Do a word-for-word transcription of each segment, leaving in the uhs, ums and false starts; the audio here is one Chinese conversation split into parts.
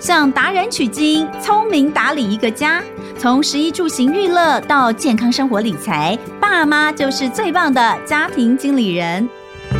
向达人取经，聪明打理一个家。从食衣住行娱乐到健康生活理财，爸妈就是最棒的家庭经理人。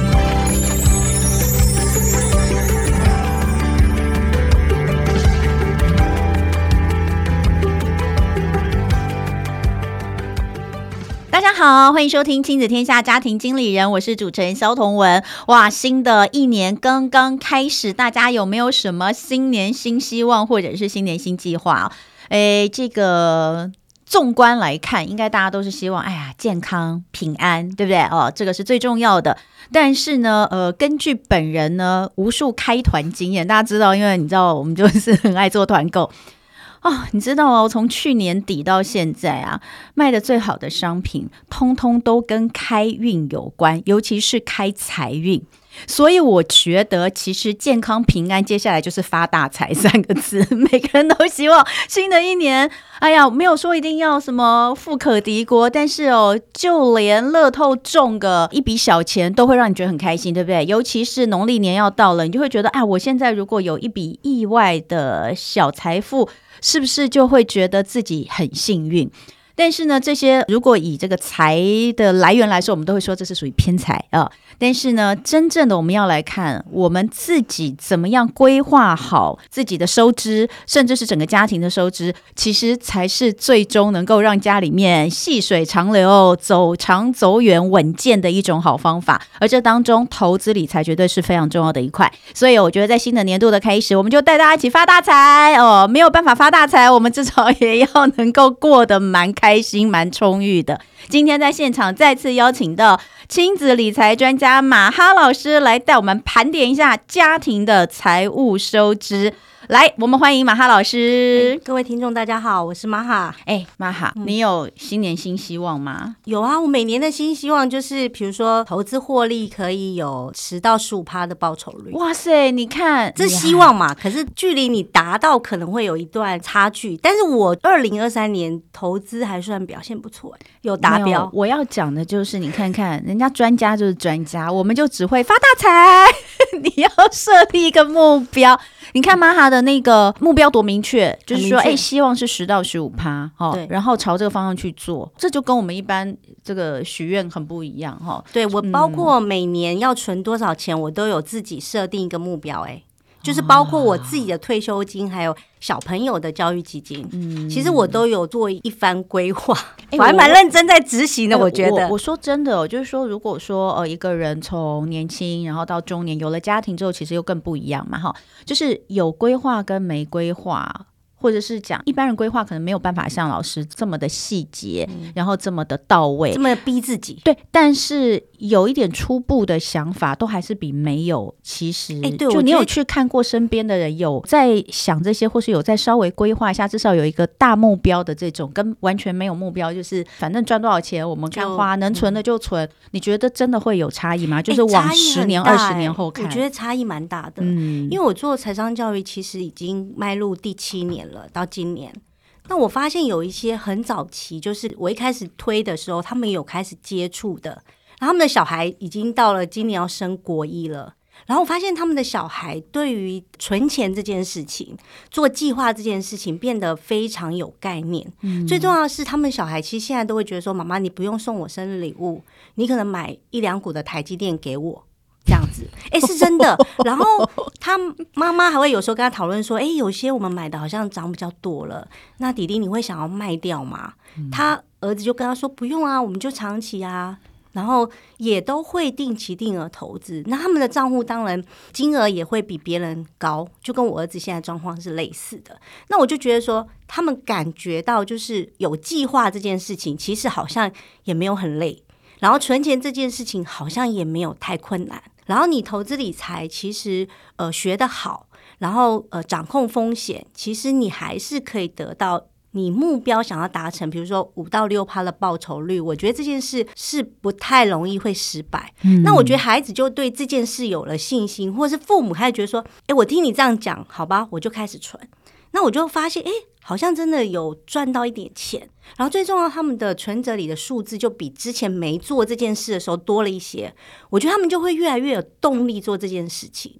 大家好，欢迎收听亲子天下家庭经理人，我是主持人萧彤雯。哇，新的一年刚刚开始，大家有没有什么新年新希望或者是新年新计划？诶，这个纵观来看，应该大家都是希望，哎呀，健康平安，对不对？哦，这个是最重要的。但是呢，呃，根据本人呢无数开团经验，大家知道，因为你知道我们就是很爱做团购。哦，你知道哦，从去年底到现在啊，卖的最好的商品，通通都跟开运有关，尤其是开财运。所以我觉得，其实健康平安，接下来就是发大财三个字。每个人都希望新的一年，哎呀，没有说一定要什么富可敌国，但是哦，就连乐透中个一笔小钱，都会让你觉得很开心，对不对？尤其是农历年要到了，你就会觉得，哎，我现在如果有一笔意外的小财富，是不是就会觉得自己很幸运？但是呢，这些如果以这个财的来源来说，我们都会说这是属于偏财啊。但是呢，真正的我们要来看我们自己怎么样规划好自己的收支，甚至是整个家庭的收支，其实才是最终能够让家里面细水长流、走长走远、稳健的一种好方法。而这当中，投资理财绝对是非常重要的一块。所以我觉得在新的年度的开始，我们就带大家一起发大财哦。没有办法发大财，我们至少也要能够过得蛮开心。开心蛮充裕的。今天在现场再次邀请到亲子理财专家马哈老师来带我们盘点一下家庭的财务收支。来，我们欢迎马哈老师。 欸、各位听众大家好，我是马哈。 哎，马哈、嗯，你有新年新希望吗？ 有啊，我每年的新希望就是比如说投资获利可以有十到十五趴的报酬率。 哇塞，你看这是希望嘛，可是距离你达到可能会有一段差距。但是我二零二三年投资还算表现不错，有达标。 我要讲的就是你看看人家专家就是专家，我们就只会发大财你要设立一个目标。你看马哈的那个目标多明确，就是说，哎，希望是十到十五趴，哈，然后朝这个方向去做，这就跟我们一般这个许愿很不一样，哈。 对，我包括每年要存多少钱，我都有自己设定一个目标，哎。就是包括我自己的退休金，还有小朋友的教育基金，嗯，其实我都有做一番规划，欸、我还蛮认真在执行的。我觉得， 我, 我说真的，就是说，如果说呃一个人从年轻然后到中年，有了家庭之后，其实又更不一样嘛，哈，就是有规划跟没规划。或者是讲一般人规划可能没有办法像老师这么的细节、嗯、然后这么的到位， 这么逼自己。 对，但是有一点初步的想法都还是比没有其实、欸、对，就你有去看过身边的人有在想这些，或是有在稍微规划一下，至少有一个大目标的这种，跟完全没有目标就是反正赚多少钱我们看花，能存的就存、嗯、你觉得真的会有差异吗？就是往十年二十、欸、年后看。 我觉得差异蛮大的、嗯、因为我做财商教育其实已经迈入第七年了，到今年，那我发现有一些很早期，就是我一开始推的时候，他们有开始接触的，然后他们的小孩已经到了今年要升国一了，然后我发现他们的小孩对于存钱这件事情、做计划这件事情变得非常有概念、嗯、最重要的是他们小孩其实现在都会觉得说，妈妈你不用送我生日礼物，你可能买一两股的台积电给我这样子，哎，是真的。然后他妈妈还会有时候跟他讨论说，哎，有些我们买的好像涨比较多了，那弟弟你会想要卖掉吗？嗯、他儿子就跟他说不用啊，我们就长期啊，然后也都会定期定额投资。那他们的账户当然金额也会比别人高，就跟我儿子现在状况是类似的。那我就觉得说，他们感觉到就是有计划这件事情，其实好像也没有很累。然后存钱这件事情好像也没有太困难，然后你投资理财其实呃学得好，然后呃掌控风险，其实你还是可以得到你目标想要达成，比如说五到六趴的报酬率，我觉得这件事是不太容易会失败、嗯、那我觉得孩子就对这件事有了信心，或是父母开始觉得说，哎，我听你这样讲好吧，我就开始存，那我就发现哎，好像真的有赚到一点钱，然后最重要他们的存折里的数字就比之前没做这件事的时候多了一些，我觉得他们就会越来越有动力做这件事情。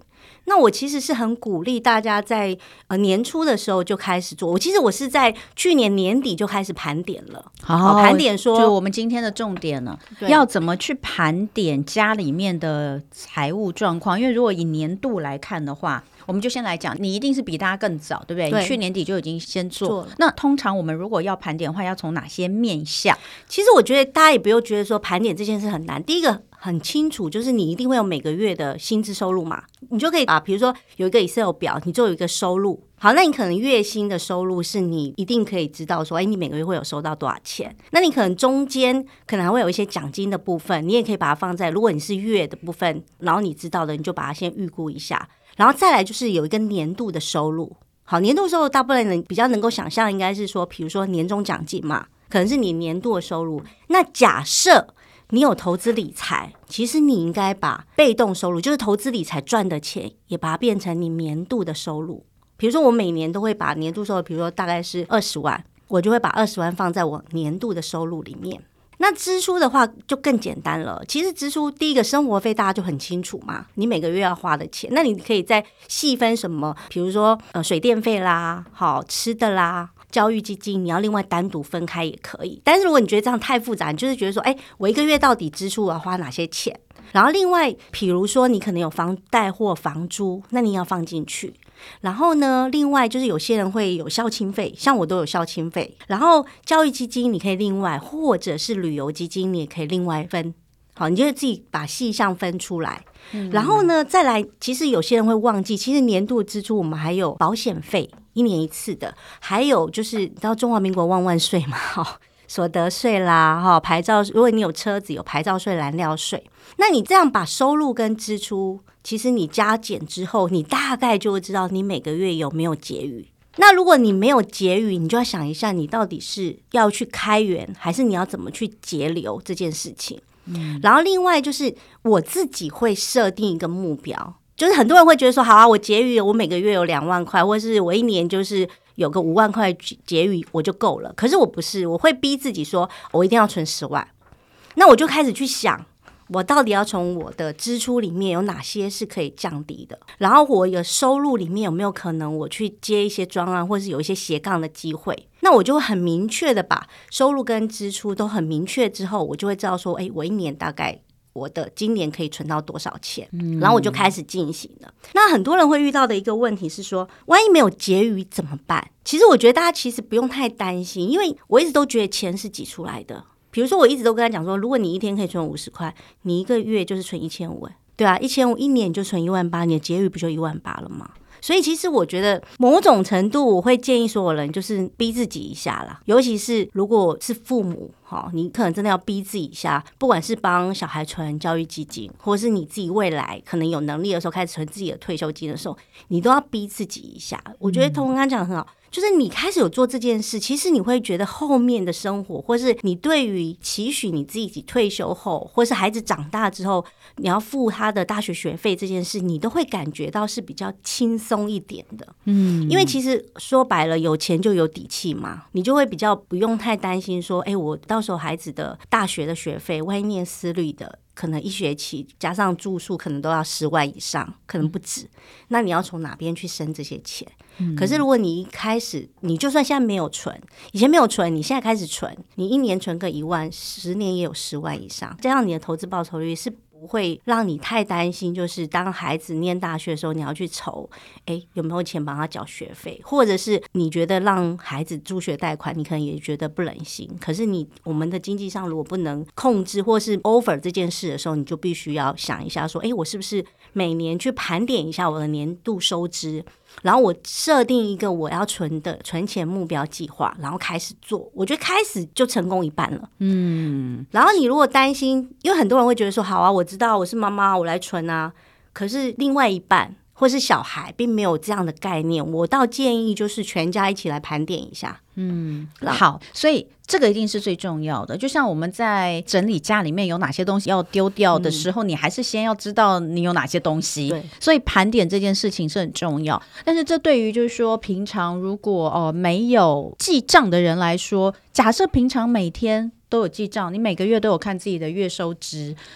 那我其实是很鼓励大家在呃年初的时候就开始做。我其实我是在去年年底就开始盘点了，好、哦、盘点说， 就我们今天的重点呢，要怎么去盘点家里面的财务状况？因为如果以年度来看的话，我们就先来讲，你一定是比大家更早，对不对？ 对， 你去年底就已经先做了。那通常我们如果要盘点的话，要从哪些面向？ 其实我觉得大家也不用觉得说盘点这件事很难。第一个很清楚，就是你一定会有每个月的薪资收入嘛，你就可以把比如说有一个 Excel 表，你做有一个收入。好，那你可能月薪的收入是你一定可以知道说，哎，你每个月会有收到多少钱。那你可能中间可能还会有一些奖金的部分，你也可以把它放在，如果你是月的部分，然后你知道的，你就把它先预估一下。然后再来就是有一个年度的收入。好，年度收入大部分人比较能够想象应该是说，比如说年终奖金嘛，可能是你年度的收入。那假设你有投资理财，其实你应该把被动收入，就是投资理财赚的钱，也把它变成你年度的收入。比如说我每年都会把年度收入，比如说大概是二十万，我就会把二十万放在我年度的收入里面。那支出的话就更简单了，其实支出第一个生活费大家就很清楚嘛，你每个月要花的钱，那你可以再细分什么，比如说呃水电费啦，好吃的啦，教育基金你要另外单独分开也可以。但是如果你觉得这样太复杂，你就是觉得说，哎，我一个月到底支出我要花哪些钱，然后另外比如说你可能有房贷或房租，那你要放进去。然后呢，另外就是有些人会有孝亲费，像我都有孝亲费，然后教育基金你可以另外，或者是旅游基金你也可以另外分。好，你就自己把细项分出来、嗯、然后呢再来，其实有些人会忘记，其实年度支出我们还有保险费，一年一次的，还有就是你知道中华民国万万税嘛，所得税啦，牌照，如果你有车子有牌照税、燃料税，那你这样把收入跟支出其实你加减之后，你大概就会知道你每个月有没有结余。那如果你没有结余，你就要想一下，你到底是要去开源，还是你要怎么去节流这件事情。嗯、然后另外就是我自己会设定一个目标，就是很多人会觉得说，好啊，我结余我每个月有两万块，或是我一年就是有个五万块结余我就够了。可是我不是，我会逼自己说我一定要存十万。那我就开始去想，我到底要从我的支出里面有哪些是可以降低的，然后我有收入里面有没有可能我去接一些专案，或是有一些斜杠的机会。那我就会很明确的把收入跟支出都很明确之后，我就会知道说，哎，我一年大概我的今年可以存到多少钱、嗯、然后我就开始进行了。那很多人会遇到的一个问题是说，万一没有结余怎么办？其实我觉得大家其实不用太担心，因为我一直都觉得钱是挤出来的。比如说我一直都跟他讲说，如果你一天可以存五十块，你一个月就是存一千五，对啊，一千五一年你就存一万八，你的结余不就一万八了吗？所以其实我觉得某种程度我会建议所有人就是逼自己一下啦，尤其是如果是父母，你可能真的要逼自己一下，不管是帮小孩存教育基金，或是你自己未来可能有能力的时候开始存自己的退休金的时候，你都要逼自己一下。我觉得童文刚讲得很好，就是你开始有做这件事，其实你会觉得后面的生活，或是你对于期许你自己退休后，或是孩子长大之后你要付他的大学学费这件事，你都会感觉到是比较轻松一点的。嗯，因为其实说白了，有钱就有底气嘛，你就会比较不用太担心说，哎，我到时候孩子的大学的学费，万一念私立的，可能一学期加上住宿可能都要十万以上，可能不止，那你要从哪边去生这些钱、嗯、可是如果你一开始你就算现在没有存，以前没有存，你现在开始存，你一年存个一万，十年也有十万以上，这样你的投资报酬率是不会让你太担心，就是当孩子念大学的时候你要去筹，哎，有没有钱帮他缴学费，或者是你觉得让孩子助学贷款你可能也觉得不忍心，可是你我们的经济上如果不能控制或是 over 这件事的时候，你就必须要想一下说，哎，我是不是每年去盘点一下我的年度收支，然后我设定一个我要存的存钱目标计划，然后开始做，我觉得开始就成功一半了。嗯，然后你如果担心，因为很多人会觉得说，好啊，我知道我是妈妈，我来存啊，可是另外一半或是小孩并没有这样的概念，我倒建议就是全家一起来盘点一下。嗯， 好，所以这个一定是最重要的。就像我们在整理家里面有哪些东西要丢掉的时候、嗯、你还是先要知道你有哪些东西，对，所以盘点这件事情是很重要。但是这对于就是说平常如果、呃、没有记账的人来说，假设平常每天都有记账，你每个月都有看自己的月收支，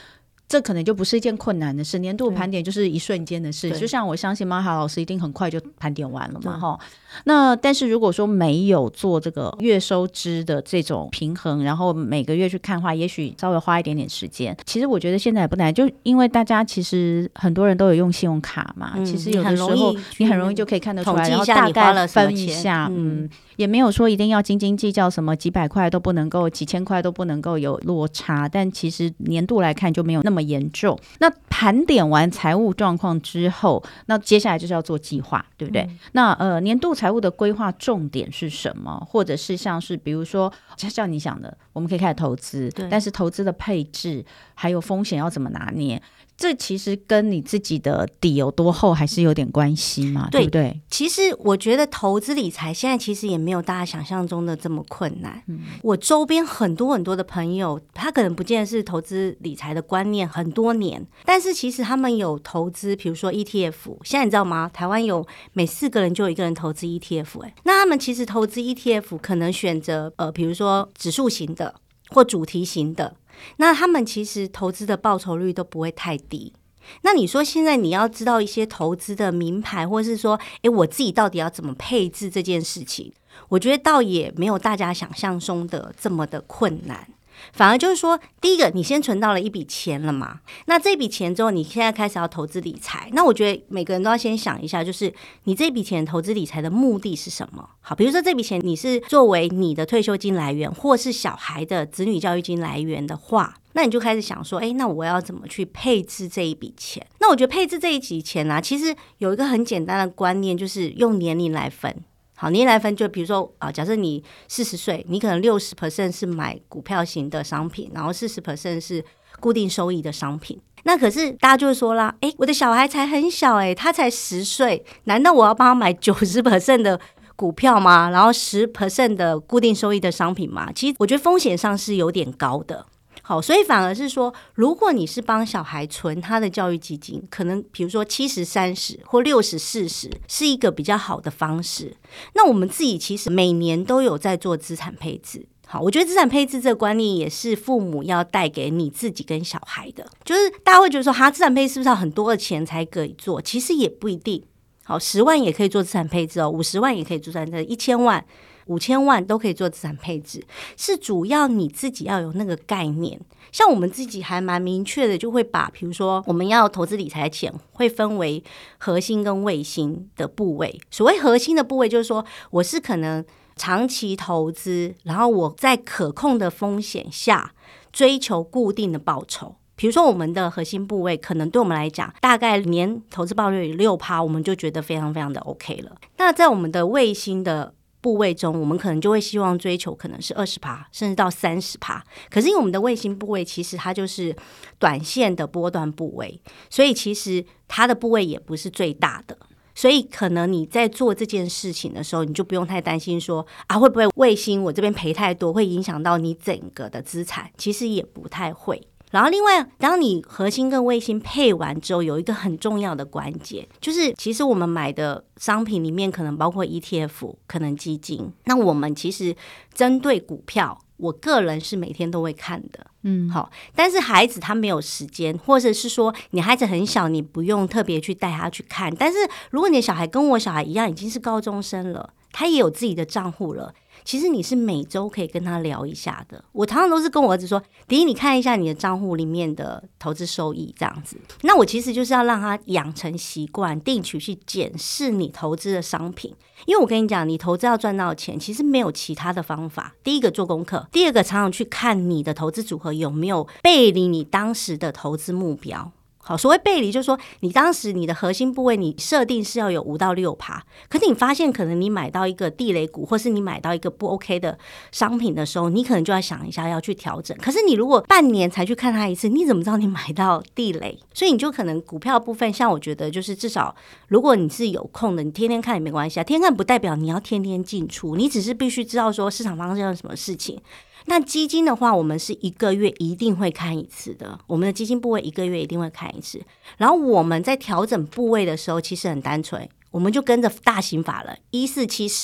这可能就不是一件困难的事，年度盘点就是一瞬间的事，就像我相信玛哈老师一定很快就盘点完了嘛。那但是如果说没有做这个月收支的这种平衡，然后每个月去看的话，也许稍微花一点点时间。其实我觉得现在也不难，就因为大家其实很多人都有用信用卡嘛、嗯、其实有的时候你很容易就可以看得出来，然后大概分一下，嗯，也没有说一定要斤斤计较什么几百块都不能够，几千块都不能够有落差，但其实年度来看就没有那么严重。那盘点完财务状况之后，那接下来就是要做计划，对不对？嗯、那呃，年度财务的规划重点是什么？或者是像是比如说像你想的，我们可以开始投资，但是投资的配置还有风险要怎么拿捏？这其实跟你自己的底有多厚还是有点关系嘛， 对, 对不对？ 其实我觉得投资理财现在其实也没有大家想象中的这么困难、嗯、我周边很多很多的朋友，他可能不见得是投资理财的观念很多年，但是其实他们有投资，比如说 E T F， 现在你知道吗？台湾有每四个人就有一个人投资 E T F、欸、那他们其实投资 E T F 可能选择呃，比如说指数型的或主题型的，那他们其实投资的报酬率都不会太低。那你说现在你要知道一些投资的名牌，或是说诶我自己到底要怎么配置这件事情，我觉得倒也没有大家想象中的这么的困难。反而就是说，第一个你先存到了一笔钱了嘛，那这笔钱之后你现在开始要投资理财，那我觉得每个人都要先想一下，就是你这笔钱投资理财的目的是什么。好，比如说这笔钱你是作为你的退休金来源，或是小孩的子女教育金来源的话，那你就开始想说，哎，那我要怎么去配置这一笔钱？那我觉得配置这一笔钱啊，其实有一个很简单的观念，就是用年龄来分。好，年龄来分，就比如说啊，假设你四十岁，你可能 百分之六十 是买股票型的商品，然后 百分之四十 是固定收益的商品。那可是大家就会说啦，哎，我的小孩才很小，哎，他才十岁，难道我要帮他买 百分之九十 的股票吗？然后 百分之十 的固定收益的商品吗？其实我觉得风险上是有点高的。好，所以反而是说，如果你是帮小孩存他的教育基金，可能比如说七十三十或六十四十是一个比较好的方式。那我们自己其实每年都有在做资产配置。好，我觉得资产配置这个观念也是父母要带给你自己跟小孩的。就是大家会觉得说，哈，资产配置是不是要很多的钱才可以做？其实也不一定。好，十万也可以做资产配置哦，五十万也可以做资产配置，一千万。五千万都可以做资产配置，是主要你自己要有那个概念。像我们自己还蛮明确的，就会把比如说我们要投资理财的钱会分为核心跟卫星的部位。所谓核心的部位就是说，我是可能长期投资，然后我在可控的风险下追求固定的报酬。比如说我们的核心部位可能对我们来讲大概年投资报率 百分之六， 我们就觉得非常非常的 OK 了。那在我们的卫星的部位中，我们可能就会希望追求可能是 百分之二十 甚至到 百分之三十。 可是因为我们的卫星部位其实它就是短线的波段部位，所以其实它的部位也不是最大的，所以可能你在做这件事情的时候，你就不用太担心说啊会不会卫星我这边赔太多会影响到你整个的资产，其实也不太会。然后另外当你核心跟卫星配完之后，有一个很重要的关键，就是其实我们买的商品里面可能包括 E T F， 可能基金，那我们其实针对股票我个人是每天都会看的，嗯，好，但是孩子他没有时间，或者是说你孩子很小，你不用特别去带他去看。但是如果你的小孩跟我小孩一样已经是高中生了，他也有自己的账户了，其实你是每周可以跟他聊一下的。我常常都是跟我儿子说，第一你看一下你的账户里面的投资收益这样子，那我其实就是要让他养成习惯，定期去检视你投资的商品。因为我跟你讲，你投资要赚到钱其实没有其他的方法。第一个做功课，第二个常常去看你的投资组合有没有背离你当时的投资目标。好，所谓背离就是说你当时你的核心部位你设定是要有 百分之五到六， 可是你发现可能你买到一个地雷股，或是你买到一个不 OK 的商品的时候，你可能就要想一下要去调整。可是你如果半年才去看它一次，你怎么知道你买到地雷？所以你就可能股票部分，像我觉得就是至少如果你是有空的，你天天看也没关系啊。天天看不代表你要天天进出，你只是必须知道说市场方向有什么事情。那基金的话，我们是一个月一定会看一次的，我们的基金部位一个月一定会看一次。然后我们在调整部位的时候其实很单纯，我们就跟着大型法人一四七十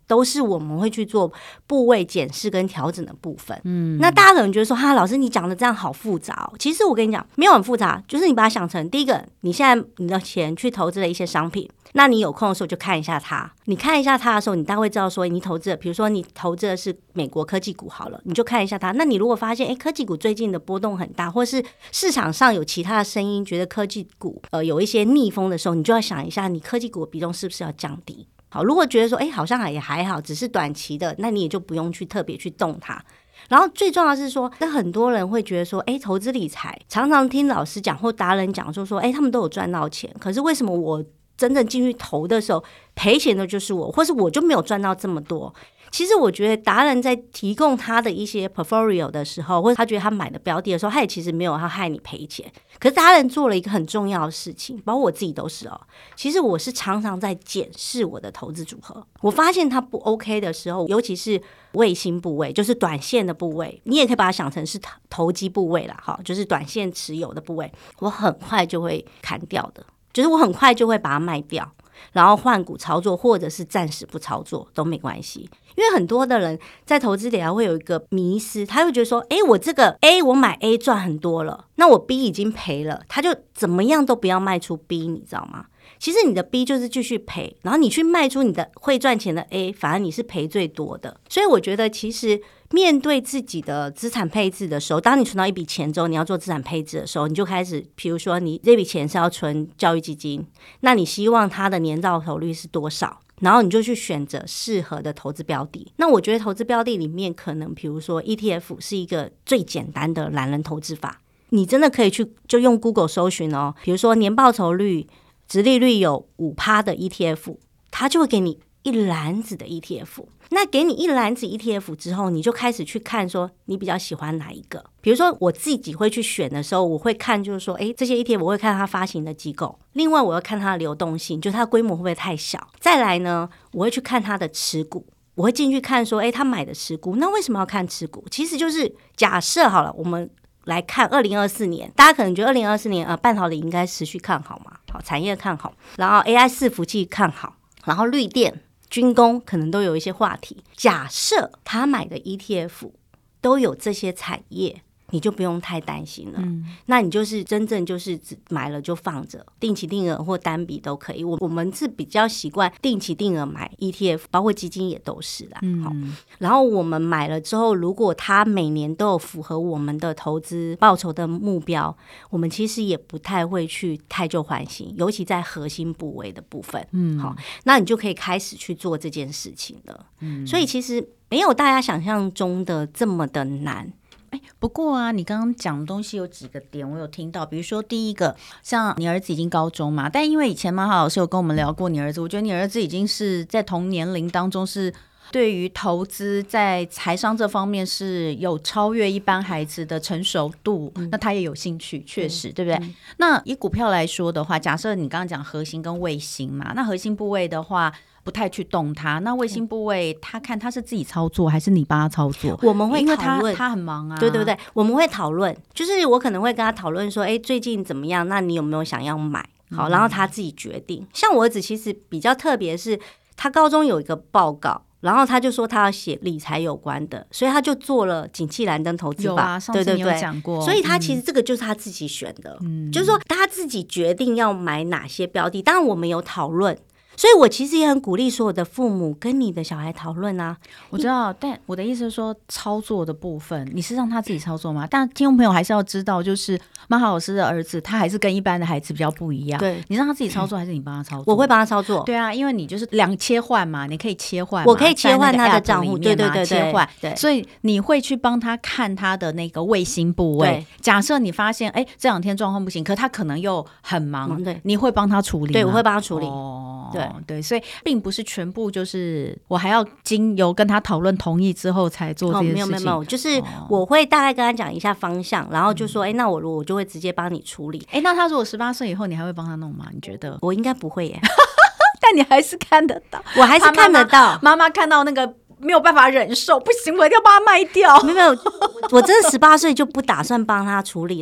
都是我们会去做部位检视跟调整的部分。嗯，那大家可能觉得说，哈，老师你讲的这样好复杂哦。其实我跟你讲，没有很复杂，就是你把它想成，第一个，你现在你的钱去投资了一些商品，那你有空的时候就看一下它。你看一下它的时候，你大概会知道说，你投资的，比如说你投资的是美国科技股好了，你就看一下它。那你如果发现，哎，科技股最近的波动很大，或是市场上有其他的声音，觉得科技股呃有一些逆风的时候，你就要想一下，你科技股的比重是不是要降低？好，如果觉得说，哎，好像也还好，只是短期的，那你也就不用去特别去动它。然后最重要的是说，那很多人会觉得说，哎，投资理财常常听老师讲或达人讲说说，哎，他们都有赚到钱，可是为什么我真正进去投的时候赔钱的就是我，或是我就没有赚到这么多？其实我觉得达人在提供他的一些 portfolio 的时候，或者他觉得他买的标的的时候，他也其实没有要害你赔钱。可是达人做了一个很重要的事情，包括我自己都是哦。其实我是常常在检视我的投资组合，我发现它不 OK 的时候，尤其是卫星部位，就是短线的部位，你也可以把它想成是投机部位啦，哈，就是短线持有的部位，我很快就会砍掉的，就是我很快就会把它卖掉。然后换股操作，或者是暂时不操作都没关系，因为很多的人在投资里会有一个迷思，他会觉得说，哎，我这个 A 我买 A 赚很多了，那我 B 已经赔了，他就怎么样都不要卖出 B， 你知道吗？其实你的 B 就是继续赔，然后你去卖出你的会赚钱的 A， 反而你是赔最多的。所以我觉得其实面对自己的资产配置的时候，当你存到一笔钱之后，你要做资产配置的时候，你就开始比如说你这笔钱是要存教育基金，那你希望它的年到手率是多少，然后你就去选择适合的投资标的。那我觉得投资标的里面可能比如说 E T F 是一个最简单的懒人投资法，你真的可以去就用 Google 搜寻哦，比如说年报酬率殖利率有 百分之五 的 E T F， 它就会给你一篮子的 E T F。 那给你一篮子 E T F 之后，你就开始去看说你比较喜欢哪一个。比如说我自己会去选的时候，我会看就是说，诶，这些 E T F 我会看它发行的机构，另外我要看它的流动性，就是它的规模会不会太小。再来呢，我会去看它的持股，我会进去看说，诶，他买的持股，那为什么要看持股？其实就是假设好了，我们来看二零二四年，大家可能觉得二零二四年呃，半导体应该持续看好嘛，好，产业看好，然后 A I 伺服器看好，然后绿电、军工可能都有一些话题。假设他买的 E T F 都有这些产业，你就不用太担心了、嗯、那你就是真正就是买了就放着，定期定额或单笔都可以。我我们是比较习惯定期定额买 E T F， 包括基金也都是啦、嗯、好，然后我们买了之后，如果它每年都有符合我们的投资报酬的目标，我们其实也不太会去太旧换新，尤其在核心部位的部分。嗯，好，那你就可以开始去做这件事情了。嗯，所以其实没有大家想象中的这么的难。 哎，不过啊，你刚刚讲的东西有几个点我有听到，比如说第一个，像你儿子已经高中嘛，但因为以前马好老师有跟我们聊过你儿子，我觉得你儿子已经是在同年龄当中是对于投资在财商这方面是有超越一般孩子的成熟度、嗯、那他也有兴趣，确实、嗯、对不对、嗯、那以股票来说的话，假设你刚刚讲核心跟卫星嘛，那核心部位的话不太去动它，那卫星部位他看他是自己操作还是你帮他操作？ 我们会讨论， 因为他他很忙啊。 对对对，我们会讨论，就是我可能会跟他讨论说，哎，最近怎么样？那你有没有想要买？好，然后他自己决定。嗯、像我儿子其实比较特别，是他高中有一个报告，然后他就说他要写理财有关的，所以他就做了景气蓝灯投资法。 有啊，上次你有讲过。 所以他其实这个就是他自己选的，嗯、就是说他自己决定要买哪些标的。当然我们有讨论。所以我其实也很鼓励所有的父母跟你的小孩讨论啊。 我知道，但我的意思是说操作的部分你是让他自己操作吗？但听众朋友还是要知道，就是马好老师的儿子他还是跟一般的孩子比较不一样。对，你让他自己操作还是你帮他操作？ 我会帮他操作。 对啊，因为你就是两切换嘛，你可以切换， 我可以切换他的账户，对对对对， 切换。对，所以你会去帮他看他的那个卫星部位。假设你发现哎这两天状况不行，可他可能又很忙，对，你会帮他处理吗？ 对，我会帮他处理。 哦，对对，所以并不是全部就是我还要经由跟他讨论同意之后才做这件事情。哦，没有没有没有， 就是我会大概跟他讲一下方向，然后就说哎、嗯，那我我就会直接帮你处理。 哎，那他如果十八岁以后你还会帮他弄吗？你觉得？ 我应该不会耶。 但你还是看得到， 我还是看得到。 妈妈看到那个没有办法忍受，不行，我一定要把它卖掉。 没有没有，我真的十八岁就不打算帮他处理了、欸。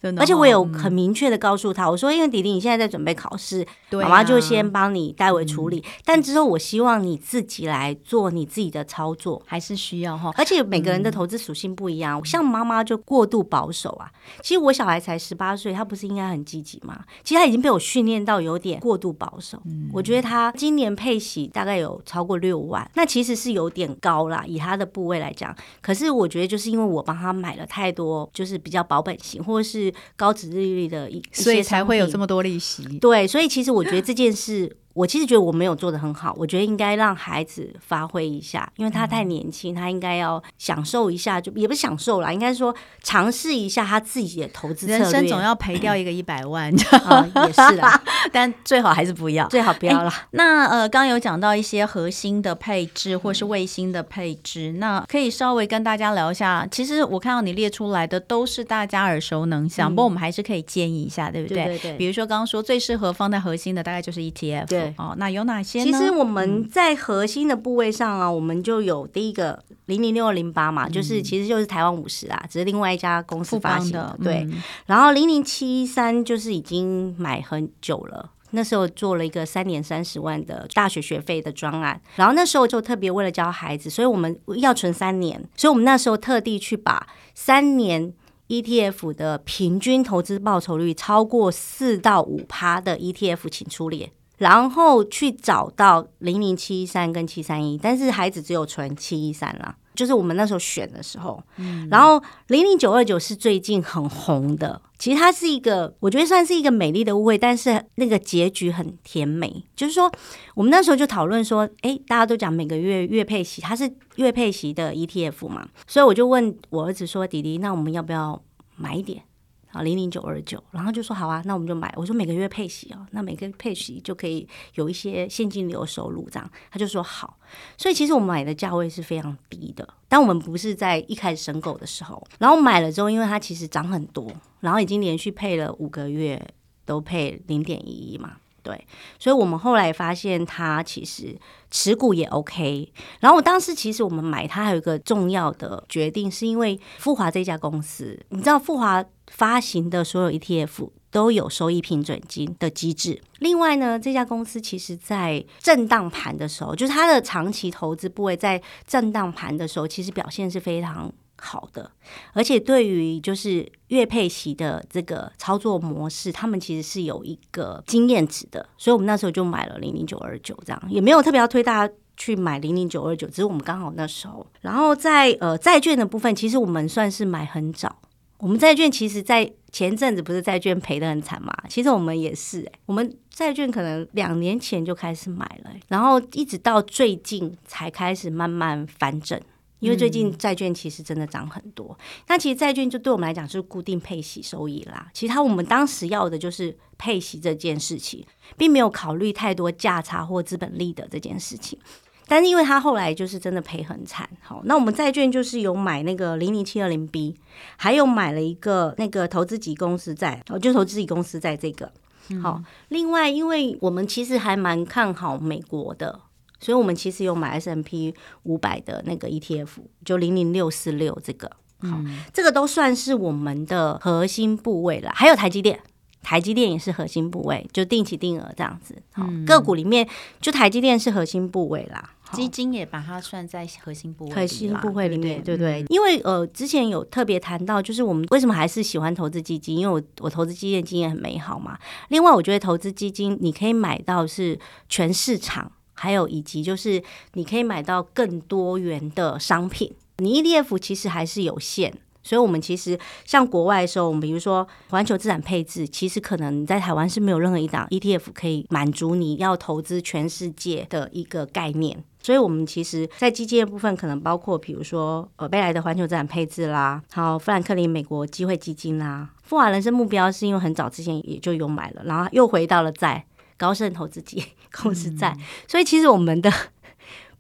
真的、哦， 而且我有很明确的告诉他，我说因为弟弟你现在在准备考试， 对啊、 妈妈就先帮你代为处理、 嗯、 但之后我希望你自己来做你自己的操作， 还是需要哈。 而且每个人的投资属性不一样、嗯、像妈妈就过度保守啊，其实我小孩才十八岁，他不是应该很积极吗？其实他已经被我训练到有点过度保守、嗯、我觉得他今年配息大概有超过六万，那其实是有点高啦，以他的部位来讲，可是我觉得就是因为我帮他买了太多就是比较保本型或者是高殖利率的一些， 所以才会有这么多利息。 对，所以其实我觉得这件事我其实觉得我没有做得很好，我觉得应该让孩子发挥一下，因为他太年轻、嗯、他应该要享受一下，就也不是享受啦，应该说尝试一下他自己的投资策略。 人生总要赔掉一个一百万、 嗯、也是啦但最好还是不要， 最好不要啦、 欸、那呃，刚刚有讲到一些核心的配置或是卫星的配置、嗯、那可以稍微跟大家聊一下，其实我看到你列出来的都是大家耳熟能详、嗯、不过我们还是可以建议一下，对不对？ 对对对， 比如说刚刚说最适合放在核心的大概就是 E T F， 对哦，那有哪些呢？ 其实我们在核心的部位上啊，我们就有第一个零零六二零八嘛、嗯，就是其实就是台湾五十啊，只是另外一家公司发行的， 的对、 嗯。 然后零零七一三就是已经买很久了。那时候做了一个三年三十万的大学学费的专案，然后那时候就特别为了教孩子，所以我们要存三年，所以我们那时候特地去把三年 E T F 的平均投资报酬率超过四到五趴的 E T F 请出列，然后去找到零零七一三跟七三一，但是孩子只有存七一三啦。就是我们那时候选的时候、嗯、然后零零九二九是最近很红的，其实它是一个我觉得算是一个美丽的误会，但是那个结局很甜美。就是说我们那时候就讨论说，哎，大家都讲每个月月配息，它是月配息的 E T F 嘛，所以我就问我儿子说，弟弟那我们要不要买一点啊，零零九二九，然后就说好啊，那我们就买。我说每个月配息哦，那每个配息就可以有一些现金流收入，这样他就说好。所以其实我们买的价位是非常低的，但我们不是在一开始申购的时候，然后买了之后，因为它其实涨很多，然后已经连续配了五个月都配零点一一嘛。对，所以我们后来发现它其实持股也 OK。然后我当时其实我们买它还有一个重要的决定，是因为富华这家公司，你知道富华发行的所有 E T F 都有收益平准金的机制。另外呢，这家公司其实在震荡盘的时候，就是它的长期投资部位在震荡盘的时候，其实表现是非常好的，而且对于就是月配息的这个操作模式，他们其实是有一个经验值的，所以我们那时候就买了零零九二九，这样也没有特别要推大家去买零零九二九，只是我们刚好那时候。然后在呃债券的部分，其实我们算是买很早。我们债券其实在前阵子不是债券赔得很惨嘛，其实我们也是、欸、我们债券可能两年前就开始买了、欸、然后一直到最近才开始慢慢翻正，因为最近债券其实真的涨很多、嗯、那其实债券就对我们来讲是固定配息收益啦，其实它我们当时要的就是配息这件事情，并没有考虑太多价差或资本利得这件事情。但是因为他后来就是真的赔很惨，好，那我们债券就是有买那个零零七二零 B， 还有买了一个那个投资级公司债，就投资级公司债这个。好，另外因为我们其实还蛮看好美国的，所以我们其实有买 S and P 五百的那个 E T F， 就零零六四六这个。好，这个都算是我们的核心部位啦，还有台积电。台积电也是核心部位，就定期定额这样子、嗯、个股里面就台积电是核心部位啦， 基金也把它算在核心部位里， 核心部位里面，对 对, 对、嗯、因为呃之前有特别谈到，就是我们为什么还是喜欢投资基金，因为我我投资基金的经验很美好嘛。另外我觉得投资基金你可以买到是全市场，还有以及就是你可以买到更多元的商品，你 E T F 其实还是有限，所以我们其实像国外的时候，我们比如说环球资产配置，其实可能在台湾是没有任何一档 E T F 可以满足你要投资全世界的一个概念。所以我们其实在基金的部分可能包括比如说呃贝莱的环球资产配置啦，好富兰克林美国机会基金啦。富华人生目标是因为很早之前也就有买了，然后又回到了在高盛投资级公司债、嗯、所以其实我们的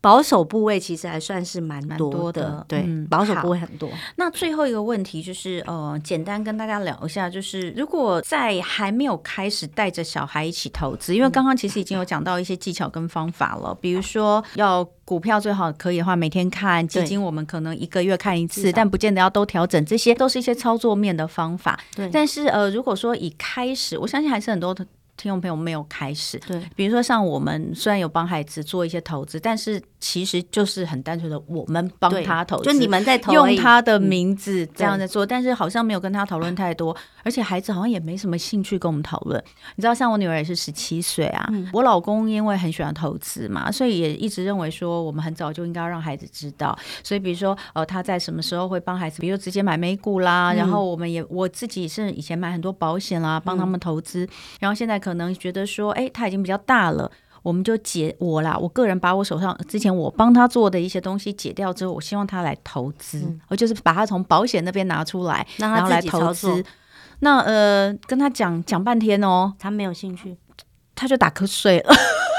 保守部位其实还算是蛮多 的, 多的对、 嗯、 保守部位很多。 那最后一个问题就是呃，简单跟大家聊一下，就是如果在还没有开始带着小孩一起投资，因为刚刚其实已经有讲到一些技巧跟方法了，比如说要股票最好可以的话每天看，基金我们可能一个月看一次，但不见得要都调整，这些都是一些操作面的方法。 对， 但是呃，如果说以开始，我相信还是很多听众朋友没有开始。 对， 比如说像我们虽然有帮孩子做一些投资，但是其实就是很单纯的我们帮他投资， 就你们在投用他的名字这样在做、 嗯、 但是好像没有跟他讨论太多，而且孩子好像也没什么兴趣跟我们讨论。你知道像我女儿也是十七岁啊、嗯、我老公因为很喜欢投资嘛，所以也一直认为说我们很早就应该要让孩子知道，所以比如说呃他在什么时候会帮孩子，比如说直接买美股啦、嗯、然后我们也我自己是以前买很多保险啦帮他们投资、嗯、然后现在可能觉得说哎他已经比较大了，我们就解我啦，我个人把我手上之前我帮他做的一些东西解掉之后，我希望他来投资、嗯、我就是把他从保险那边拿出来，然后来投资。那呃跟他讲讲半天哦， 他没有兴趣， 他就打瞌睡了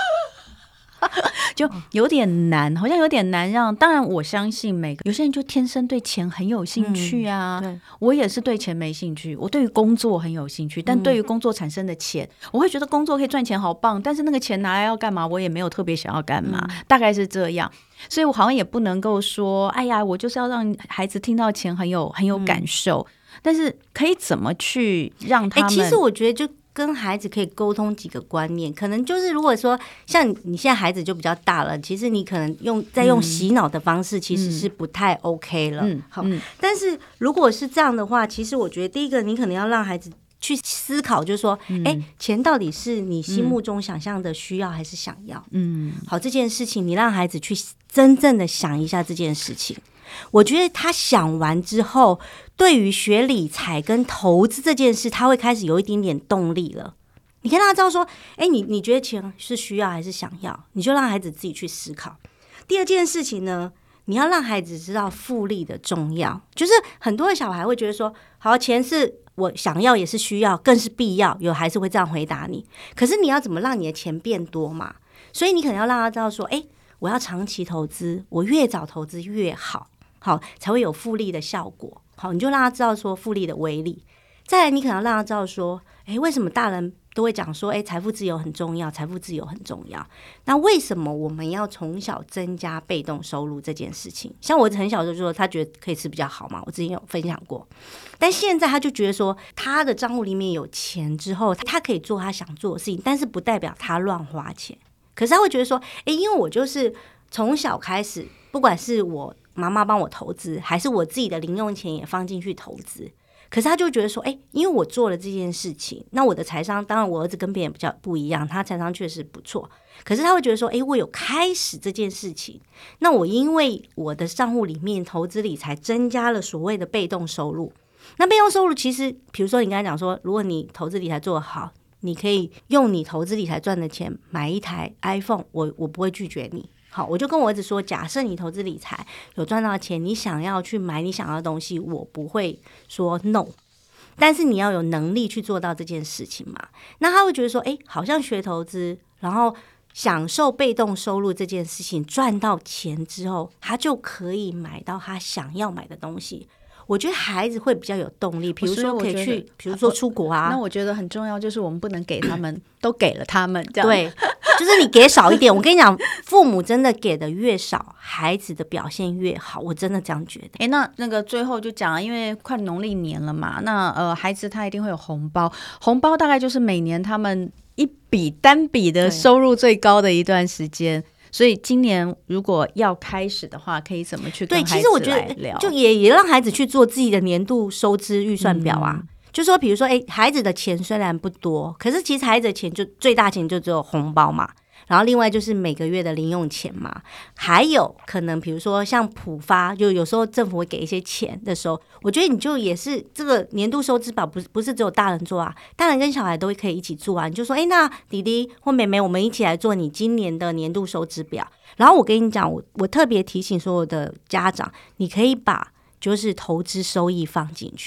就有点难，好像有点难让。当然我相信每个有些人就天生对钱很有兴趣啊、嗯、我也是对钱没兴趣，我对于工作很有兴趣，但对于工作产生的钱、嗯、我会觉得工作可以赚钱好棒，但是那个钱拿来要干嘛，我也没有特别想要干嘛、嗯、大概是这样。所以我好像也不能够说哎呀我就是要让孩子听到钱很有很有感受、嗯、但是可以怎么去让他们、 欸、其实我觉得就跟孩子可以沟通几个观念，可能就是如果说像你现在孩子就比较大了，其实你可能用在用洗脑的方式其实是不太 OK 了、嗯、好、嗯，但是如果是这样的话，其实我觉得第一个你可能要让孩子去思考，就是说哎、嗯，钱到底是你心目中想象的需要还是想要，嗯，好，这件事情你让孩子去真正的想一下这件事情，我觉得他想完之后，对于学理财跟投资这件事，他会开始有一点点动力了。你可以让他知道说，哎，你你觉得钱是需要还是想要，你就让孩子自己去思考。第二件事情呢，你要让孩子知道复利的重要，就是很多的小孩会觉得说，好，钱是我想要也是需要，更是必要，有孩子会这样回答你。可是你要怎么让你的钱变多嘛？所以你可能要让他知道说，哎，我要长期投资，我越早投资越好。好，才会有复利的效果。好，你就让他知道说复利的威力。再来，你可能让他知道说，诶，为什么大人都会讲说，诶，财富自由很重要，财富自由很重要。那为什么我们要从小增加被动收入这件事情？像我很小就说，他觉得可以吃比较好嘛，我之前有分享过。但现在他就觉得说，他的账户里面有钱之后，他可以做他想做的事情，但是不代表他乱花钱。可是他会觉得说，诶，因为我就是从小开始，不管是我妈妈帮我投资，还是我自己的零用钱也放进去投资，可是他就觉得说，哎，因为我做了这件事情，那我的财商，当然我儿子跟别人比较不一样，他财商确实不错，可是他会觉得说，哎，我有开始这件事情，那我因为我的账户里面投资理财增加了所谓的被动收入。那被动收入其实，比如说你刚才讲说，如果你投资理财做得好，你可以用你投资理财赚的钱买一台 iPhone， 我我不会拒绝你。好，我就跟我儿子说，假设你投资理财有赚到钱，你想要去买你想要的东西，我不会说 no， 但是你要有能力去做到这件事情嘛。那他会觉得说，哎，好像学投资，然后享受被动收入这件事情，赚到钱之后，他就可以买到他想要买的东西。我觉得孩子会比较有动力，比如说可以去，比如说出国啊。 那我觉得很重要，就是我们不能给他们都给了他们，这样对，就是你给少一点。我跟你讲，父母真的给的越少，孩子的表现越好，我真的这样觉得。 哎，那那个最后就讲，因为快农历年了嘛，那呃，孩子他一定会有红包，红包大概就是每年他们一笔单笔的收入最高的一段时间。所以今年如果要开始的话，可以怎么去跟孩子来聊？对，其实我觉得就也也让孩子去做自己的年度收支预算表啊。嗯、就说比如说，哎，孩子的钱虽然不多，可是其实孩子的钱就最大钱就只有红包嘛。然后另外就是每个月的零用钱嘛，还有可能比如说像普发，就有时候政府会给一些钱的时候，我觉得你就也是这个年度收支表，不是不是只有大人做啊，大人跟小孩都可以一起做啊。你就说，哎，那弟弟或妹妹，我们一起来做你今年的年度收支表。然后我跟你讲，我我特别提醒所有的家长，你可以把就是投资收益放进去。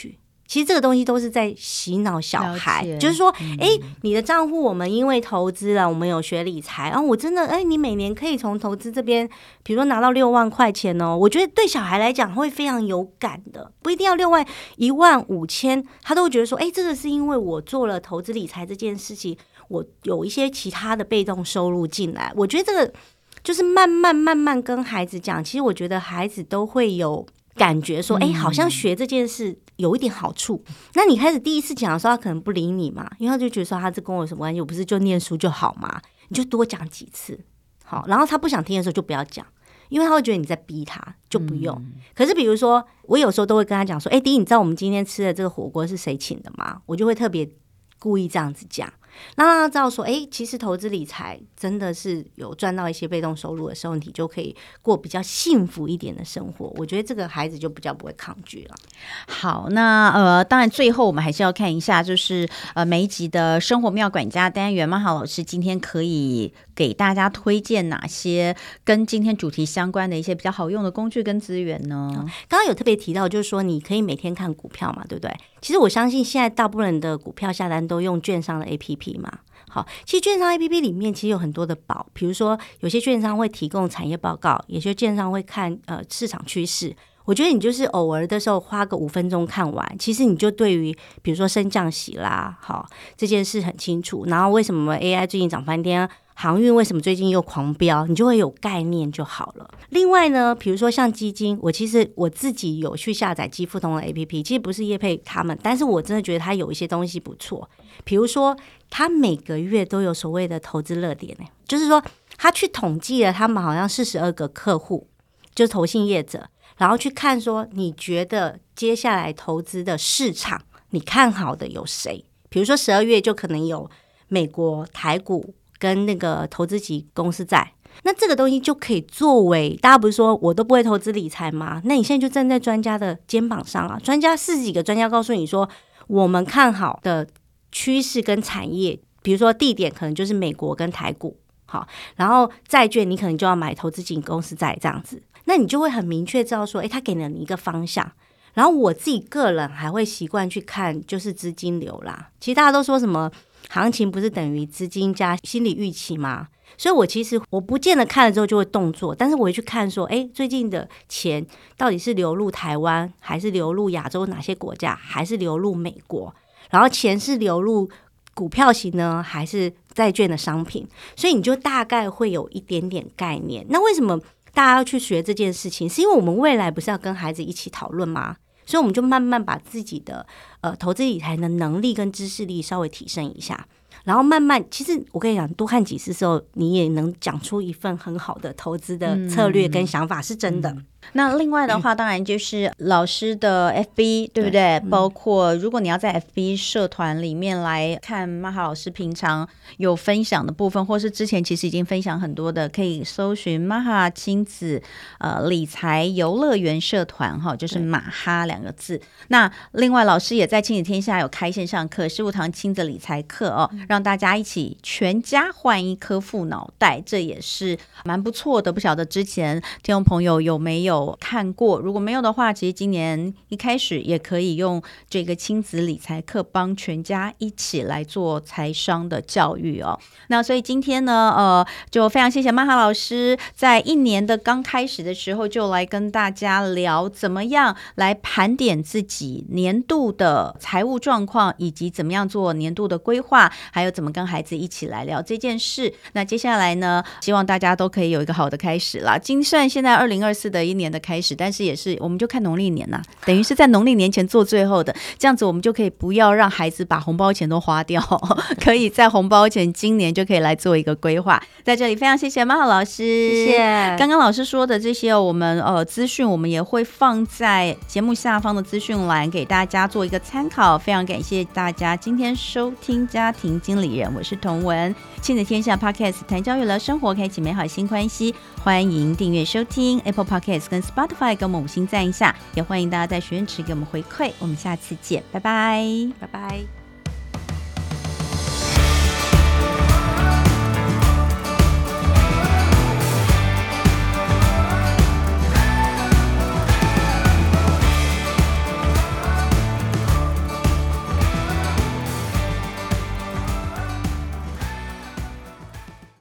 其实这个东西都是在洗脑小孩，就是说哎、嗯，你的账户我们因为投资了，我们有学理财，然后我真的哎，你每年可以从投资这边比如说拿到六万块钱哦，我觉得对小孩来讲会非常有感的，不一定要六万，一万五千他都会觉得说哎，这个是因为我做了投资理财这件事情，我有一些其他的被动收入进来。我觉得这个就是慢慢慢慢跟孩子讲，其实我觉得孩子都会有感觉说哎、欸，好像学这件事有一点好处、嗯、那你开始第一次讲的时候他可能不理你嘛，因为他就觉得说他这跟我有什么关系，我不是就念书就好嘛，你就多讲几次好，然后他不想听的时候就不要讲，因为他会觉得你在逼他，就不用、嗯、可是比如说我有时候都会跟他讲说哎、欸，第一你知道我们今天吃的这个火锅是谁请的吗？我就会特别故意这样子讲，让他知道说哎，其实投资理财真的是有赚到一些被动收入的时候，你就可以过比较幸福一点的生活，我觉得这个孩子就比较不会抗拒了。 好，那呃，当然最后我们还是要看一下，就是呃每一集的生活妙管家单元，曼哈老师今天可以给大家推荐哪些跟今天主题相关的一些比较好用的工具跟资源呢？ 嗯、刚刚有特别提到就是说你可以每天看股票嘛，对不对？其实我相信现在大部分人的股票下单都用券商的 A P P 嘛。好，其实券商 A P P 里面其实有很多的宝，比如说有些券商会提供产业报告，有些券商会看呃市场趋势。我觉得你就是偶尔的时候花个五分钟看完，其实你就对于比如说升降息啦，好这件事很清楚。然后为什么 A I 最近涨翻天，航运为什么最近又狂飙，你就会有概念就好了。另外呢，比如说像基金，我其实我自己有去下载基富通的 A P P， 其实不是业配他们，但是我真的觉得它有一些东西不错。比如说它每个月都有所谓的投资热点，就是说他去统计了他们好像四十二个客户，就是投信业者，然后去看说你觉得接下来投资的市场你看好的有谁，比如说十二月就可能有美国台股跟那个投资级公司债，那这个东西就可以作为，大家不是说我都不会投资理财吗？那你现在就站在专家的肩膀上啊，专家四十几个专家告诉你说我们看好的趋势跟产业，比如说地点可能就是美国跟台股，好，然后债券你可能就要买投资型公司债这样子，那你就会很明确知道说诶，他给了你一个方向。然后我自己个人还会习惯去看就是资金流啦，其实大家都说什么行情不是等于资金加心理预期吗？所以我其实我不见得看了之后就会动作，但是我会去看说诶，最近的钱到底是流入台湾还是流入亚洲哪些国家，还是流入美国，然后钱是流入股票型呢还是债券的商品，所以你就大概会有一点点概念。那为什么大家要去学这件事情，是因为我们未来不是要跟孩子一起讨论吗？所以我们就慢慢把自己的呃投资理财的能力跟知识力稍微提升一下，然后慢慢，其实我跟你讲，多看几次之后，你也能讲出一份很好的投资的策略跟想法，是真的。 嗯嗯那另外的话，当然就是老师的 F B， 对不对？对，包括如果你要在 F B 社团里面来看曼哈老师平常有分享的部分，或是之前其实已经分享很多的，可以搜寻曼哈亲子呃理财游乐园社团哈，就是马哈两个字。那另外老师也在亲子天下有开线上课，十五堂亲子理财课哦，让大家一起全家换一颗富脑袋，这也是蛮不错的。不晓得之前听众朋友有没有有看过，如果没有的话，其实今年一开始也可以用这个亲子理财课帮全家一起来做财商的教育哦。那所以今天呢，呃，就非常谢谢曼哈老师，在一年的刚开始的时候就来跟大家聊怎么样来盘点自己年度的财务状况，以及怎么样做年度的规划，还有怎么跟孩子一起来聊这件事。那接下来呢，希望大家都可以有一个好的开始啦。今虽然现在二零二四的一年的开始，但是也是我们就看农历年呐、啊，等于是在农历年前做最后的，这样子我们就可以不要让孩子把红包钱都花掉，可以在红包钱今年就可以来做一个规划。在这里非常谢谢曼哈老师， 谢谢。 刚刚老师说的这些我们呃资讯，我们也会放在节目下方的资讯栏给大家做一个参考。非常感谢大家今天收听家庭经理人，我是童文，亲子天下 Podcast 谈教育聊生活，开启美好新关系。欢迎订阅收听 Apple Podcast 跟 Spotify， 给我们五星赞一下，也欢迎大家在许愿池给我们回馈。我们下次见，拜拜， 拜拜。